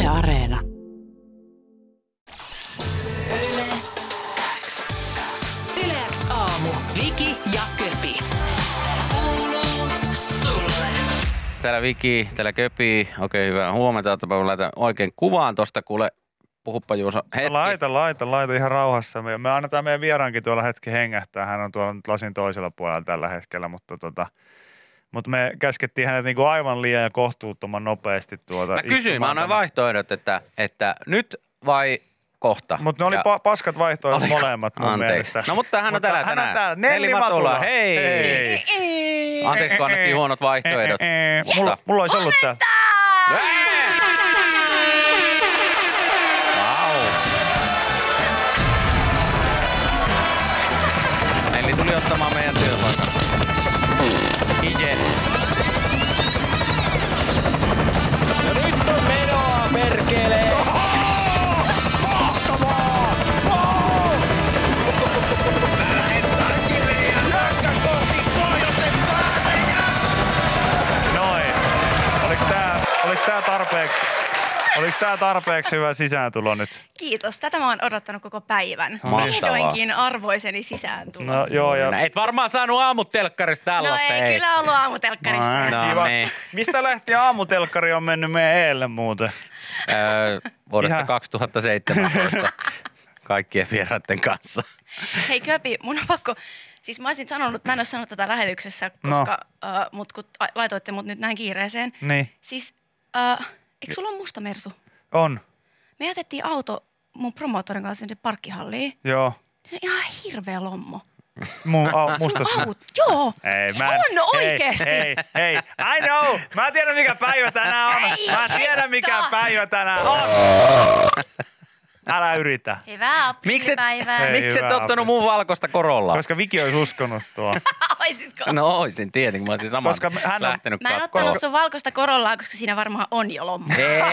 Yle Areena. Yle X aamu. Viki ja Köpi. Kuuluu sulle. Täällä Viki, täällä Köpi. Okei, hyvää huomenta. Mä laitan oikein kuvaan tosta, kuule. Puhuppa Juuso hetki. Laita ihan rauhassa. Me annetaan meidän vieraankin tuolla hetki hengähtää. Hän on tuolla nyt lasin toisella puolella tällä hetkellä, mutta me käskettiin hänet niinku aivan liian ja kohtuuttoman nopeasti Mä kysyin, mä annoin vaihtoehdot, että nyt vai kohta. Mutta ne oli paskat vaihtoehdot molemmat mun mielestä. No mutta hän on täällä tänään. Hän on täällä. Nelli Matula. Hei. Anteeksi, kun annettiin huonot vaihtoehdot. Mulla olisi ollut tää. Nelli tuli ottamaan meidän työpaikan. Ije. No nyt on menoa, perkele! Mahtavaa! Noin. Oliks tää tarpeeksi hyvä sisääntulo nyt? Kiitos. Tätä mä oon odottanut koko päivän. Mahtavaa. Vihdoinkin arvoiseni sisääntulon. No joo. Ja... Et varmaan saanut aamutelkkarista tällaista. No ei kyllä ollut aamutelkkarissa. No Kiva. niin. Mistä lähtien aamutelkkari on mennyt meidän eelle muuten? Vuodesta Ihan. 2017 kaikkien vieraiden kanssa. Hei Köpi, mun on pakko... Siis mä olisin sanonut, mä en ole sanonut tätä lähetyksessä, koska kun laitoitte mut nyt näin kiireeseen. Niin. Siis, eikö sulla ole musta Mersu? On. Me jätettiin auto mun promoottorin kanssa sinne parkkihalliin. Joo. Se on ihan hirveä lommo. Mustas. Joo, On oikeesti. Hei, I know. Mä tiedän mikä päivä tänään on. Mä tiedän mikä päivä tänään on. Älä yritä. Hyvää aprillipäivää. Hei. Miksi et hyvä ottanut mun valkoista Korollaa? Koska Viki olisi uskonut tuo. Oisitko? No oisin tietenkin, mä olisin saman Koska hän on- lähtenyt Mä en ottanut sun valkoista Korollaa, koska siinä varmaan on jo lommo.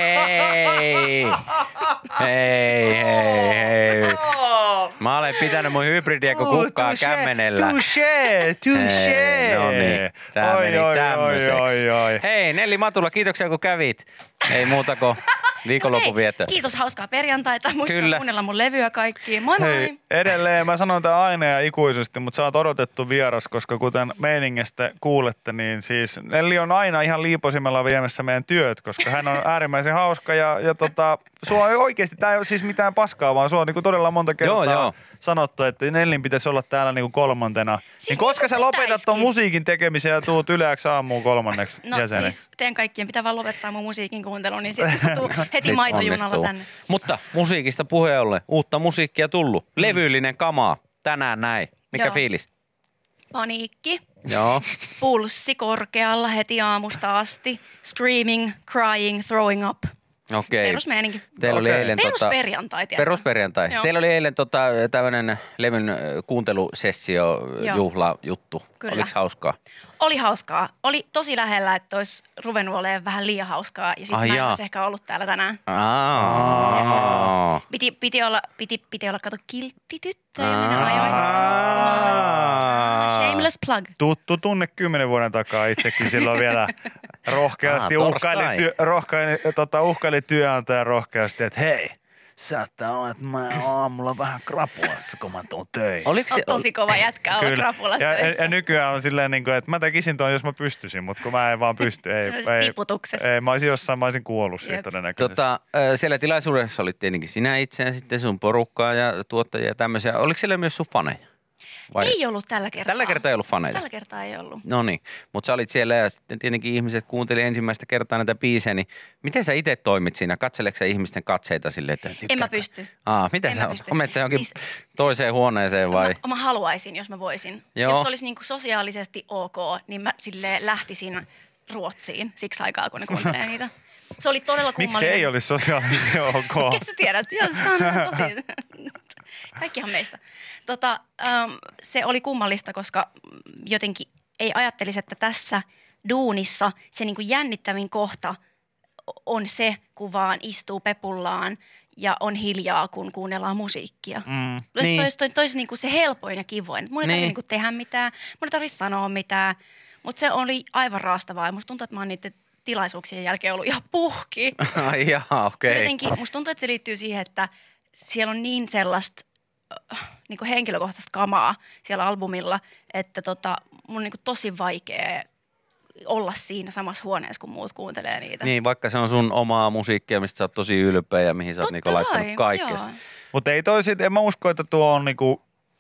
Hei. Mä olen pitänyt mun hybridiä kun kukkaa kämmenellä. Touché. No niin, tää meni tämmöiseksi. Oi. Hei, Nelli Matula, kiitoksia kun kävit. Ei muuta kuin viikonlopun viettö. Kiitos, hauskaa perjantaita. Muistakaa Kyllä. kuunnella mun levyä kaikkiin. Moi moi! Hei, edelleen mä sanon tää aina ja ikuisesti, mutta sä oot odotettu vieras, koska kuten meiningestä kuulette, niin siis Nelli on aina ihan liiposimella viemässä meidän työt, koska hän on äärimmäisen hauska ja sua ei oikeasti, tää ei ole siis mitään paskaa, vaan sua on niinku todella monta kertaa Joo. sanottu, että Nellin pitäisi olla täällä niinku kolmantena. Siis niin koska niin sä kuin lopetat ton pitäisikin. musiikin tekemisen ja tuut Yle X aamuun kolmanneksi No jäseneksi? siis teidän kaikkien pitää vaan lopettaa mun musiikin kuuntelu, niin sitten mä tuun heti maitojunalla Onnistuu. tänne. Mutta musiikista puheen ollen, uutta musiikkia tullut. Levyllinen kamaa. Tänään näin. Mikä Joo. fiilis? Paniikki, Joo. pulssi korkealla heti aamusta asti, screaming, crying, throwing up. Okei. Perusmeininki. Teillä oli Okei. eilen Perusperjantai, tiedätkö? Perusperjantai. Joo. Teillä oli eilen tämmöinen levyn kuuntelusessio, Joo. juhlajuttu. Kyllä. Oliko hauskaa? Oli hauskaa. Oli tosi lähellä, että olisi ruvennut olemaan vähän liian hauskaa. Ja sitten mä en jaa. olisi ehkä ollut täällä tänään. Aa. Piti olla kato kiltti tyttö ja mennä ajoissa nukkumaan. Shameless plug. Tuttu tunne 10 vuoden takaa itsekin silloin vielä rohkeasti uhkaili työnantaja rohkeasti, että hei, saattaa olla, että mä oon aamulla vähän krapulassa, kun mä tuun töihin. Oliko On se, tosi kova jätkä olla krapulassa töissä. ja nykyään on silleen, niin kuin, että mä tekisin tuon, jos mä pystyisin, mutta kun mä en vaan pysty. Tiputuksessa. Ei, mä olisin kuollut siis Jep. todennäköisesti. siellä tilaisuudessa oli tietenkin sinä itse ja sitten sun porukkaa ja tuottajia ja tämmöisiä. Oliko siellä myös sun faneja? Vai? Ei ollut tällä kertaa. Tällä kertaa ei ollut faneja? Tällä kertaa ei ollut. No niin, mutta sä olit siellä ja sitten tietenkin ihmiset kuunteli ensimmäistä kertaa näitä biisejä, niin miten sä itse toimit siinä? Katseleeko sä ihmisten katseita silleen, että En mä pysty. Miten En sä mä pysty. omet sä jonkin Siis- toiseen huoneeseen vai? Mä haluaisin, jos mä voisin. Joo. Jos se olisi niinku sosiaalisesti ok, niin mä silleen lähtisin Ruotsiin siksi aikaa, kun ne kuuntelee niitä. Se oli todella Miksi kummallinen. ei olisi sosiaalisesti ok? Miksi sä tiedät? Joo, sitä on tosi... Kaikkihan meistä. Se oli kummallista, koska jotenkin ei ajattelisi, että tässä duunissa se niinku jännittävin kohta on se, kun vaan istuu pepullaan ja on hiljaa, kun kuunnellaan musiikkia. Niin. Toisi niinku se helpoin ja kivoin. Mun ei tarvitse Niin. niinku tehdä mitään, mun ei tarvitse sanoa mitään, mutta se oli aivan raastavaa. Ja musta tuntuu, että mä oon niiden tilaisuuksien jälkeen ollut ihan puhki. Ai jaa, okei. Jotenkin musta tuntuu, että se liittyy siihen, että siellä on niin sellaista niin kuin henkilökohtaista kamaa siellä albumilla, että mun on niin kuin tosi vaikea olla siinä samassa huoneessa, kun muut kuuntelee niitä. Niin, vaikka se on sun omaa musiikkia, mistä sä oot tosi ylpeä ja mihin sä oot niinku laittanut kaikkes. Mutta ei en mä usko, että tuo on niinku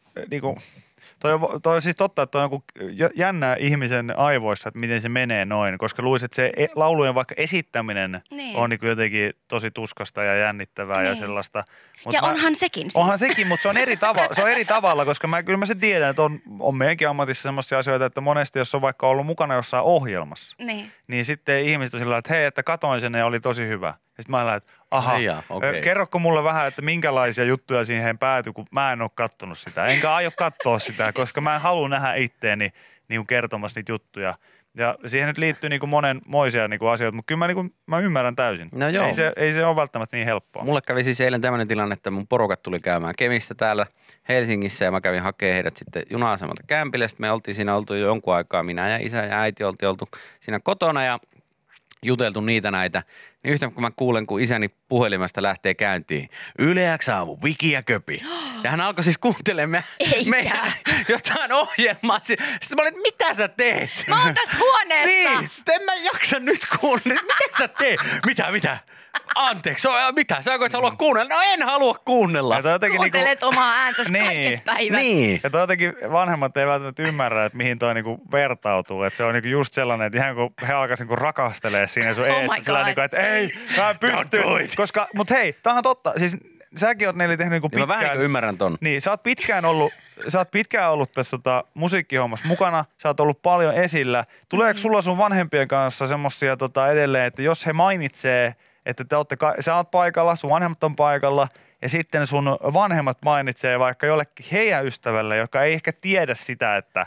toi on siis totta, että toi on jännä ihmisen aivoissa, että miten se menee noin, koska luulisin, että se laulujen vaikka esittäminen on niinku jotenkin tosi tuskasta ja jännittävää ja sellaista. Ja onhan sekin siis. Onhan sekin, mutta se on eri tavalla, koska kyllä mä sen tiedän, että on meidänkin ammatissa sellaisia asioita, että monesti jos on vaikka ollut mukana jossain ohjelmassa, niin sitten ihmiset on sillä että hei, että katoin sen ja oli tosi hyvä. Ja sitten mä lähdin, että aha, kerrokko mulle vähän, että minkälaisia juttuja siihen päätyi, kun mä en ole kattonut sitä. Enkä aio katsoa sitä, koska mä en halua nähdä itteeni niin kertomassa niitä juttuja. Ja siihen nyt liittyy niin monenmoisia niin asioita, mutta kyllä mä ymmärrän täysin. No joo. Ei se ole välttämättä niin helppoa. Mulle kävi siis eilen tämmöinen tilanne, että mun porukat tuli käymään Kemistä täällä Helsingissä ja mä kävin hakemaan heidät sitten juna-asemalta kämpille. Sitten me oltiin oltu jo jonkun aikaa, minä ja isä ja äiti oltu siinä kotona ja juteltu niitä näitä. Niin yhtä kun mä kuulen, kun isäni puhelimesta lähtee käyntiin. Yle X aamu, Viki ja Köpi. Ja hän alkoi siis kuuntelemaan meidän jotain ohjelmaa. Sitten mä olin, että mitä sä teet? Mä oon tässä huoneessa. Niin, en mä jaksa nyt kuunnella. Mitä sä teet? Mitä? Anteeksi, mitä? Sä koet halua kuunnella? No en halua kuunnella. Kuuntelet omaa ääntäsi kaiket päivät. Niin. Ja toi jotenkin vanhemmat ei välttämättä ymmärrä, että mihin toi niinku vertautuu. Että se on niinku just sellainen, että ihan kun he alkaisivat niinku rakastelemaan siinä sun eessä. Sillä niinku, että ei, mä en pysty. Mutta hei, tää on totta. Siis säkin oot Neli tehnyt niinku pitkään. Mä vähän niin ymmärrän ton. Niin, sä oot pitkään ollut tässä musiikkihommassa mukana. Sä oot ollut paljon esillä. Tuleeko sulla sun vanhempien kanssa semmosia edelleen, että jos he mainitsee, että sä oot paikalla, sun vanhemmat on paikalla ja sitten sun vanhemmat mainitsee vaikka jollekin heidän ystävälle, joka ei ehkä tiedä sitä, että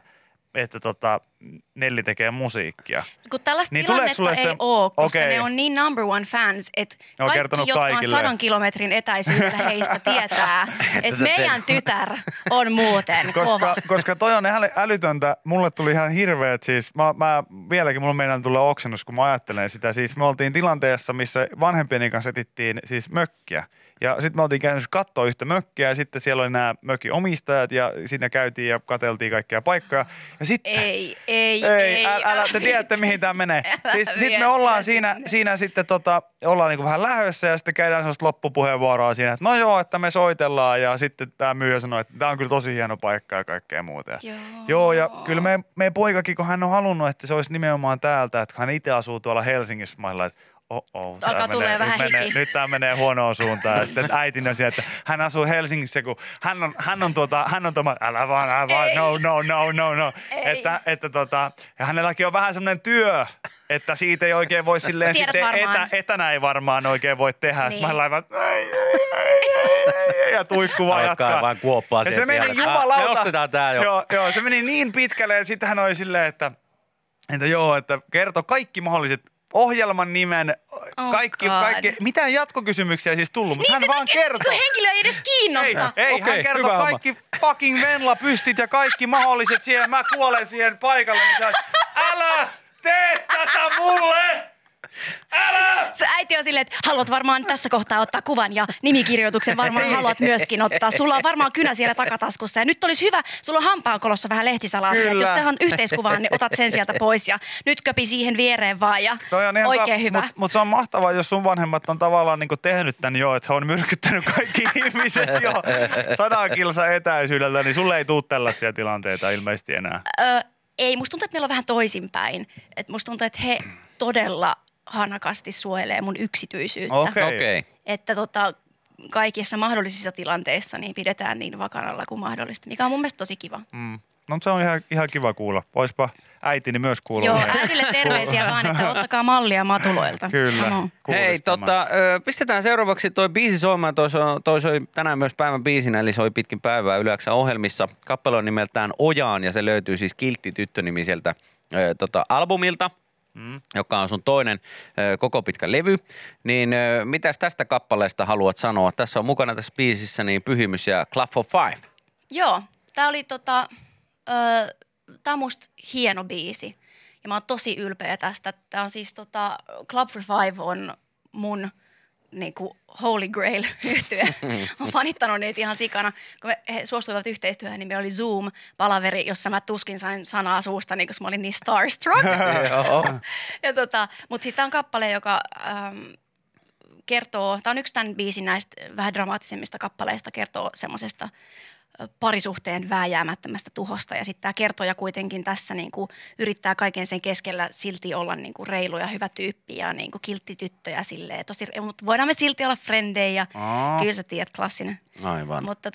Nelli tekee musiikkia. Kun tällaista niin tilannetta ei ole, koska ne on niin number one fans, että kaikki, jotka on 100 kilometrin etäisyydellä heistä tietää, että meidän tytär on muuten kova. Koska toi on älytöntä. Mulle tuli ihan hirveet siis, vieläkin mulla meidän tulee oksennus, kun mä ajattelen sitä. Siis me oltiin tilanteessa, missä vanhempieni kanssa etittiin siis mökkiä. Ja sitten me oltiin käynyt katsoa yhtä mökkiä ja sitten siellä oli nämä mökin omistajat ja siinä käytiin ja katseltiin kaikkia paikkoja. Ja sitten, ei, älä, te tiedätte mihin tämä menee. Siis sitten me ollaan siinä sitten ollaan niinku vähän lähdössä ja sitten käydään sellaista loppupuheenvuoroa siinä, että no joo, että me soitellaan ja sitten tämä myyjä sanoi, että tämä on kyllä tosi hieno paikka ja kaikkea muuta. Joo, ja kyllä meidän poikakin, kun hän on halunnut, että se olisi nimenomaan täältä, että hän itse asuu tuolla Helsingissä, mä ollaan, että alkaa tulee vähän hiki. Nyt tämä menee huonoon suuntaan. Ja sitten äitin on siellä, että hän asuu Helsingissä, kun hän on älä vaan, no. Ja hänelläkin on vähän semmoinen työ, että siitä ei oikein voi silleen sitten etänä ei varmaan oikein voi tehdä. Niin. Sitten mä laivan, ja tuikku vaan jatkaa. Alkaa vaan kuoppaa ja se meni jumalauta. Me ostetaan tää jo. Joo, se meni niin pitkälle, että sitten hän oli silleen, että kertoi kaikki mahdolliset ohjelman nimen, kaikki, mitään jatkokysymyksiä siis tullut, mutta hän vaan kertoo. Kun henkilö ei edes kiinnosta. Ei, hän kertoo kaikki fucking venlapystit ja kaikki mahdolliset siihen. Mä kuolen siihen paikalle, niin sä, älä tee tätä mulle! Älä! Se äiti on silleen, että haluat varmaan tässä kohtaa ottaa kuvan ja nimikirjoituksen varmaan haluat myöskin ottaa. Sulla on varmaan kynä siellä takataskussa ja nyt olisi hyvä, sulla on hampaankolossa vähän lehtisalaattia. Jos tähän yhteiskuvaan, niin otat sen sieltä pois ja nyt Köpi siihen viereen vaan ja oikein hyvä. Mutta se on mahtavaa, jos sun vanhemmat on tavallaan niinku tehnyt tän jo, että he on myrkyttänyt kaikki ihmiset jo 100 kilsa etäisyydeltä, niin sulle ei tule tällaisia tilanteita ilmeisesti enää. Ei, musta tuntuu, että meillä on vähän toisinpäin. Et musta tuntuu, että he todella hanakasti suojelee mun yksityisyyttä. Okei. Että kaikissa mahdollisissa tilanteissa niin pidetään niin vakanalla kuin mahdollista, mikä on mun mielestä tosi kiva. No se on ihan kiva kuulla. Voispa äitini myös kuulla. Joo, äidille terveisiä vaan, että ottakaa mallia matuloilta. Kyllä. Hei, pistetään seuraavaksi toi biisi soimaan. Toi soi tänään myös päivän biisinä, eli soi pitkin päivää Yle X:n ohjelmissa. Kappale on nimeltään Ojaan ja se löytyy siis Kiltti tyttö-nimiseltä albumilta. Joka on sun toinen koko pitkä levy, niin mitäs tästä kappaleesta haluat sanoa? Tässä on mukana tässä biisissä niin Pyhimys ja Club for Five. Joo, tää oli tää on musta hieno biisi. Ja mä oon tosi ylpeä tästä. Tää on siis Club for Five on mun niinku Holy Grail-yhtye. Olen fanittanut niitä ihan sikana. Kun he suostuivat yhteistyöhön, niin meillä oli Zoom-palaveri, jossa mä tuskin sain sanaa suustani, koska mä olin niin starstruck. Mutta siis tää on kappale, joka kertoo, tää on yksi tämän biisin näistä vähän dramaattisemmista kappaleista, kertoo semmosesta parisuhteen vääjäämättömästä tuhosta. Ja sitten tämä kertoja kuitenkin tässä niinku yrittää kaiken sen keskellä silti olla niinku reilu ja hyvä tyyppi ja niinku kiltti tyttö ja silleen. Mutta voidaan me silti olla frendejä. Kyllä sä tiedät, klassinen. Aivan. Mutta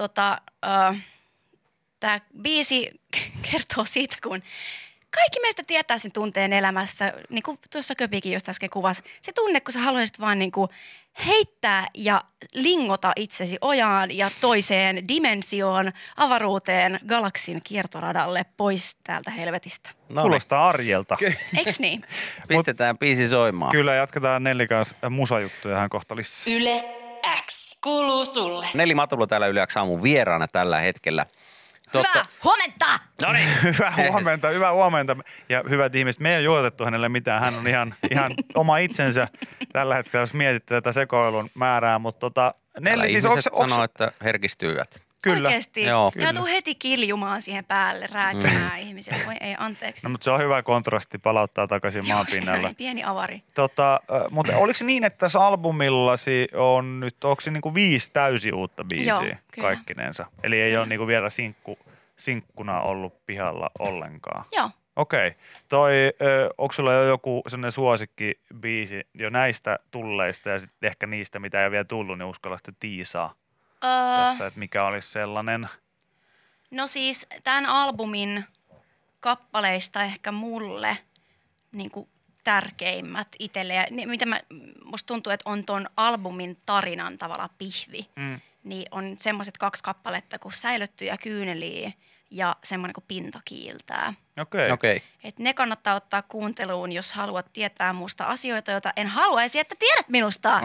tämä biisi kertoo siitä, kun kaikki meistä tietää sen tunteen elämässä, niin kuin tuossa Köpikin just äsken kuvasi. Se tunne, kun sä haluaisit vaan niin kuin heittää ja lingota itsesi ojaan ja toiseen dimensioon, avaruuteen, galaksin kiertoradalle pois täältä helvetistä. No Kuulostaa arjelta. Eiks niin? Pistetään biisi soimaan. Kyllä, jatketaan Nelli kanssa musajuttuja hän kohta lisää. Yle X kuuluu sulle. Neli Matula täällä Yle X aamun vieraana tällä hetkellä. Hyvää huomenta! No niin. Hyvää huomenta. Ja hyvät ihmiset, me ei ole juotettu hänelle mitään. Hän on ihan oma itsensä tällä hetkellä, jos mietitte tätä sekoilun määrää. Mutta Nelli, siis sanoo, että herkistyvät. Kyllä. Oikeesti. Joo, Ja tuu heti kiljumaan siihen päälle, rääkimään ihmisille. Voi ei, anteeksi. No, mutta se on hyvä kontrasti, palauttaa takaisin maanpinnalle. Näin, pieni avari. Mutta oliko se niin, että tässä albumillasi on nyt, onko se niinku 5 täysin uutta biisiä Joo, kyllä. kaikkinensa? Eli ei ole niinku vielä sinkkuna ollut pihalla ollenkaan? Joo. Okei. Onko sulla jo joku sellainen suosikkibiisi jo näistä tulleista ja sitten ehkä niistä, mitä ei ole vielä tullut, niin uskallatko tiisaa tässä, että mikä olisi sellainen? No siis tämän albumin kappaleista ehkä mulle niin kuin tärkeimmät itselle. Ja musta tuntuu, että on ton albumin tarinan tavalla pihvi. Niin on semmoiset 2 kappaletta kuin Säilötty ja kyyneliä ja semmoinen kuin Pinta kiiltää. Okei. Et ne kannattaa ottaa kuunteluun, jos haluat tietää musta asioita, joita en haluaisi, että tiedät minusta.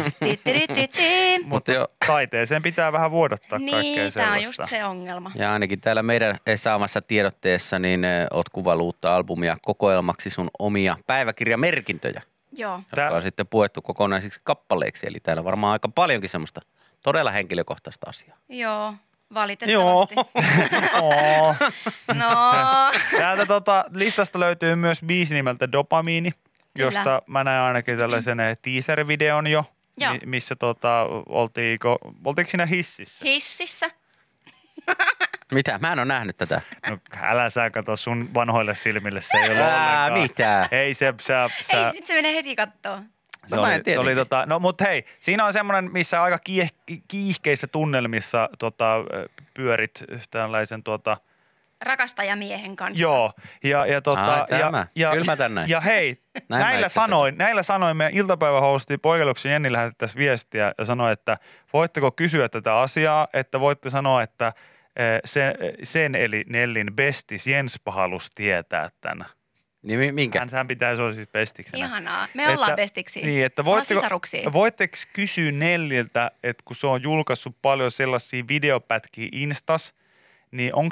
Okei. Mutta taiteeseen pitää vähän vuodattaa kaikkea sellaista. Niin, tämä on just se ongelma. Ja ainakin täällä meidän saamassa tiedotteessa, niin oot kuvaillut uutta albumia kokoelmaksi sun omia päiväkirjamerkintöjä, Joo. jotka on sitten puettu kokonaisiksi kappaleiksi. Eli täällä varmaan aika paljonkin semmoista todella henkilökohtaista asiaa. Joo, valitettavasti. Oo. No. Täältä listasta löytyy myös biisi nimeltä Dopamiini, josta Kyllä. mä näin ainakin tällaisen teaser-videon jo, Joo. missä oltiinko siinä hississä? Hississä. Mitä? Mä en ole nähnyt tätä. No, älä sä kato sun vanhoille silmille, se ei ole ollenkaan. Mitä? Ei se, Ei, nyt se menee heti kattoo. Se oli no mut hei, siinä on semmoinen, missä aika kiihkeissä tunnelmissa pyörit tällaisen Rakastajamiehen kanssa. Joo, Kyllä mä tän näin. ja hei, näillä sanoin meidän iltapäivähosti Poikeluksen Jenni lähettäisi viestiä ja sanoi, että voitteko kysyä tätä asiaa, että voitte sanoa, että sen eli Nellin bestis Jenspa halusi tietää tämän. Niin minkä? Hän pitäisi olla siis bestiksenä. Ihanaa. Me ollaan bestiksi. Niin, että voitteko kysyä Nelliltä, että kun se on julkaissut paljon sellaisia videopätkiä Instas, niin onko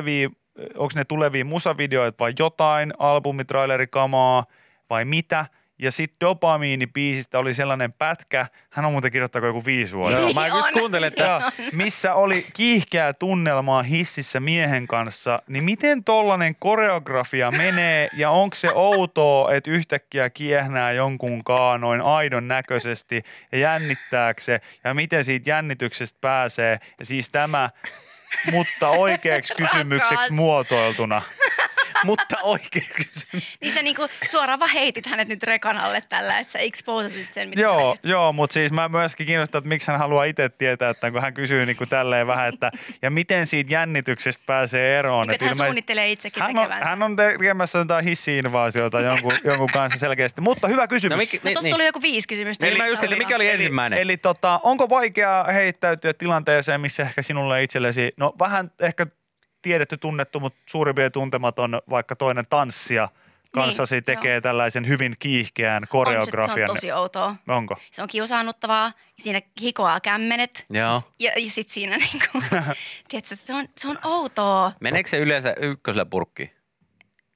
ne tulevia musavideoita vai jotain, albumitrailerikamaa vai mitä? Ja sitten Dopamiini-biisistä oli sellainen pätkä, hän on muuten kirjoittanut joku 5 vuotta. Joo, mä just kuuntelin, että missä oli kiihkeää tunnelmaa hississä miehen kanssa, niin miten tollainen koreografia menee ja onko se outoa, että yhtäkkiä kiehnää jonkunkaan noin aidon näköisesti ja jännittääkö se ja miten siitä jännityksestä pääsee ja siis tämä, mutta oikeaksi kysymykseksi muotoiltuna. Mutta oikein kysymys. Niin sä niinku suoraan vaan heitit hänet nyt rekan alle tällä, että sä exposasit sen. Mitä Joo, mutta siis mä myöskin kiinnostan, että miksi hän haluaa itse tietää, että kun hän kysyy niinku tälleen vähän, että ja miten siitä jännityksestä pääsee eroon. Niin, että hän suunnittelee itsekin tekevänsä. Hän on tekemässä jotain hissi-invaasiota jonkun kanssa selkeästi, mutta hyvä kysymys. No tossa tuli joku 5 kysymystä. Mikä oli ensimmäinen? Eli onko vaikea heittäytyä tilanteeseen, missä ehkä sinulle itsellesi, no vähän ehkä tiedetty, tunnettu, mutta suurin piirtein tuntematon vaikka toinen tanssija kanssasi tekee tällaisen hyvin kiihkeän koreografian. Se on tosi outoa. Onko? Se on kiusaannuttavaa. Siinä hikoaa kämmenet. Joo. Ja sitten siinä niinku, tiedätkö, se on outoa. Meneekö se yleensä ykkösellä purkkiin?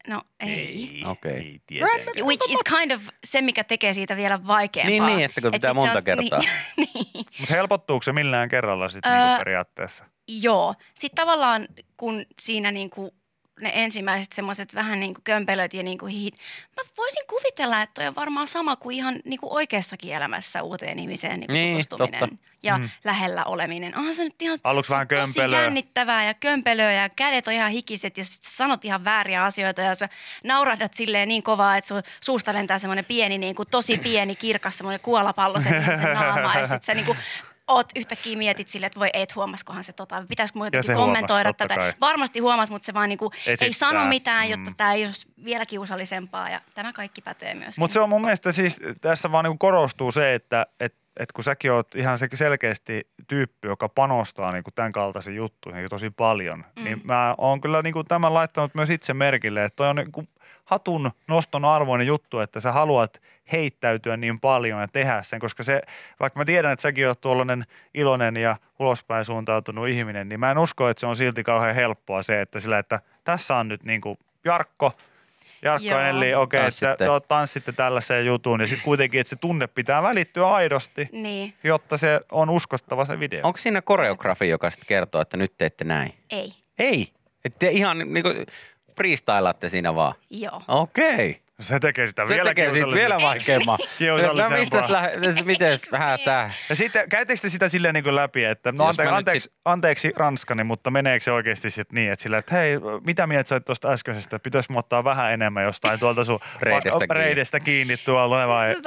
No ei. Okei. Ei tietenkään. Which is kind of se, mikä tekee siitä vielä vaikeampaa. Niin, että kun pitää sit se monta on- kertaa. Niin. Mutta helpottuuko se millään kerralla sitten niinku periaatteessa? Joo. Sitten tavallaan, kun siinä niinku ne ensimmäiset semmoiset vähän niinku kömpelöt ja niinku hihit. Mä voisin kuvitella, että toi on varmaan sama kuin ihan niinku oikeassakin elämässä uuteen ihmiseen niinku Niin, tutustuminen totta. ja lähellä oleminen. Onhan se nyt ihan Aluksi se on vähän tosi kömpelöä. jännittävää ja kömpelöä ja kädet on ihan hikiset ja sit sä sanot ihan vääriä asioita ja sä naurahdat silleen niin kovaa, että sun suusta lentää semmoinen pieni, niinku, tosi pieni, kirkas semmoinen kuolapallo sen ihmisen naamaan ja sit sä niinku oot yhtäkkiä mietit silleen, että voi et huomaskohan se pitäisikö mun Ja se jotenkin huomasi, kommentoida totta tätä. kai. Varmasti huomasi, mutta se vaan niinku ei Esittää. sano mitään, jotta tämä ei olisi vielä kiusallisempaa ja tämä kaikki pätee myöskin. Mutta se on mun mielestä siis, tässä vaan niinku korostuu se, että kun säkin oot ihan selkeästi tyyppi, joka panostaa niinku tämän kaltaisiin juttuihin tosi paljon, niin mä oon kyllä niinku tämän laittanut myös itse merkille, että toi on niinku hatun noston arvoinen juttu, että sä haluat heittäytyä niin paljon ja tehdä sen, koska se, vaikka mä tiedän, että säkin oot tuollainen iloinen ja ulospäin suuntautunut ihminen, niin mä en usko, että se on silti kauhean helppoa se, että sillä, että tässä on nyt niinku Jarkko Joo. ja Nelli, okei, että Tanssitte. tanssitte tällaiseen jutuun ja sitten kuitenkin, että se tunne pitää välittyä aidosti, Niin, jotta se on uskottava se video. Onko siinä koreografi, joka sitten kertoo, että nyt teette näin? ei, Ei. Että te ihan niinku freestylaatte siinä vaan. joo. Okei. Se tekee sitä Se vielä tekee siitä kiusallisempaa. vielä vaikeamman. Kiusallisempaa. Miten vähän tää? Ja sitten käytettekö te sitä silleen niin kuin läpi, että no Jos mä nyt anteeksi ranskani, mutta meneekö se oikeasti sitten niin, että sillä, että hei, mitä mieltä sä oot tuosta äskeisestä, pitäisi mä ottaa vähän enemmän jostain tuolta sun reidestä kiinni tuolla vai?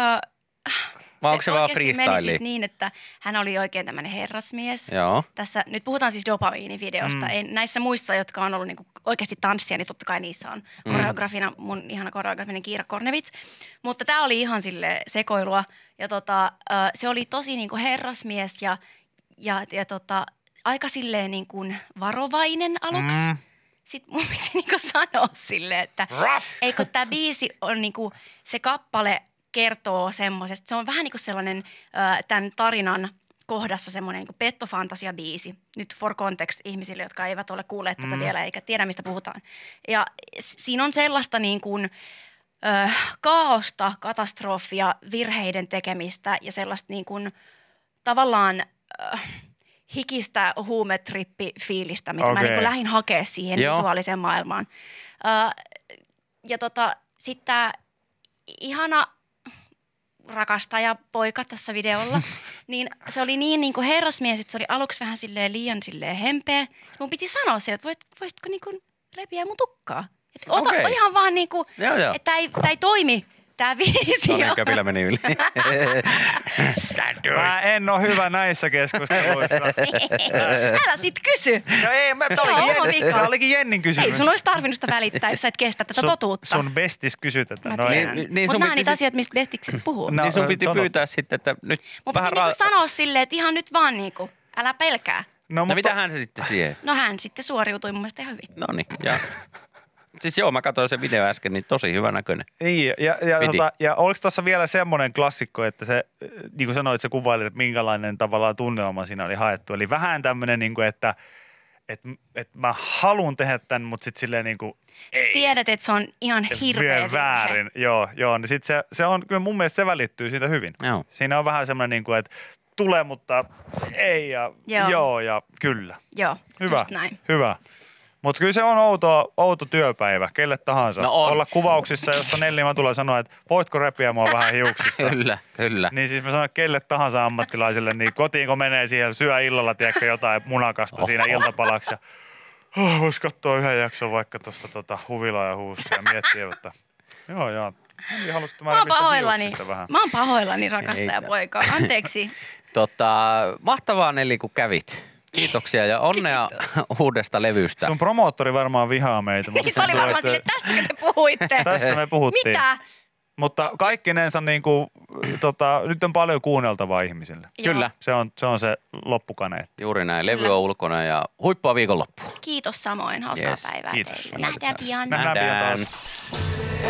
Vai onko se vaan oikeasti meni freestyle? siis niin, että hän oli oikein tämmöinen herrasmies. Joo. Tässä, nyt puhutaan siis dopamiinivideosta. Ei, näissä muissa, jotka on ollut niinku oikeasti tanssia, niin totta kai niissä on koreografina, mun ihana koreografinen Kiira Kornevits. Mutta tämä oli ihan sille sekoilua. Ja se oli tosi niinku herrasmies ja aika silleen niinku varovainen aluksi. Sitten mun piti niinku sanoa silleen, että eikö tämä biisi on niinku, se kappale kertoo semmoisesta, se on vähän niin kuin sellainen tämän tarinan kohdassa semmoinen niin pettofantasia-biisi. Nyt for context ihmisille, jotka eivät ole kuulleet tätä vielä eikä tiedä, mistä puhutaan. Ja siinä on sellaista niin kuin kaaosta, katastrofia, virheiden tekemistä ja sellaista niin kuin tavallaan hikistä huumetrippi-fiilistä, mitä mä niin kuin lähdin hakea siihen visuaaliseen maailmaan. Ja sitten tämä ihana rakastajapoika tässä videolla, niin se oli niin kuin herrasmies, että se oli aluksi vähän silleen liian silleen hempeä. Mun piti sanoa se, että voisitko niin kuin repiä mun tukkaa? Että ota ihan vaan niin kuin, että tämä ei toimi, tämä visio. No niin, käpilä meni yli. Mä en ole hyvä näissä keskusteluissa. Älä sit kysy. No ei, tämä olikin Jennin kysymys. Ei sun olisi tarvinnut sitä välittää, jos sä et kestä tätä totuutta. Sun bestis kysyy tätä. Mä No tiedän. Mutta nämä on niitä asioita, mistä bestikset puhuu. Niin sun piti pyytää sitten, että nyt Mutta piti niinku sanoa silleen, että ihan nyt vaan niinku, älä pelkää. No mitä hän se sitten siihen? No hän sitten suoriutui mun mielestä ihan hyvin. No niin, ja siis joo, mä katsoin sen video äsken, niin tosi hyvän näköinen. Niin, ja oliko tuossa vielä semmoinen klassikko, että se, niin kuin sanoit, se kuvailit, että minkälainen tavallaan tunnelma siinä oli haettu. Eli vähän tämmöinen, niin kuin, että mä haluan tehdä tämän, mutta sitten silleen niin kuin, ei. Tiedät, että se on ihan hirveä väärin. Joo, niin sitten se on, kyllä mun mielestä se välittyy siitä hyvin. Joo. Siinä on vähän semmoinen, niin kuin, että tulee, mutta ei ja joo ja kyllä. Joo, hyvä, just näin. Hyvä. Mutta kyllä se on outo työpäivä, kelle tahansa. No on. Olla kuvauksissa, jossa Nelli Matula sanoo, että voitko repiä mua vähän hiuksista. Kyllä. Niin siis mä sanon kelle tahansa ammattilaiselle, niin kotiin kun menee siihen, syö illalla, tiedätkö, jotain munakasta siinä iltapalaksi. Ja vois katsoa yhden jakson vaikka tuosta Huvilaa ja Huussa ja miettiä, että joo. Nelli halusi, että mä repistä vähän. Mä oon pahoillani rakastajapoika. Anteeksi. Mahtavaa Nelli, kun kävit. Kiitoksia ja onnea uudesta levystä. Sun promoottori varmaan vihaa meitä. Niin se oli varmaan sille, tästäkö te puhuitte? Tästä me puhuttiin. Mitä? Mutta kaikkinensa niinku, nyt on paljon kuunneltavaa ihmisille. Kyllä. Se on se loppukaneetti. Juuri näin. Levy on ulkona ja huippua viikonloppua. Kiitos samoin. Hauskaa Yes, päivää kiitos. teille. Nähdään pian. Nähdään pian taas.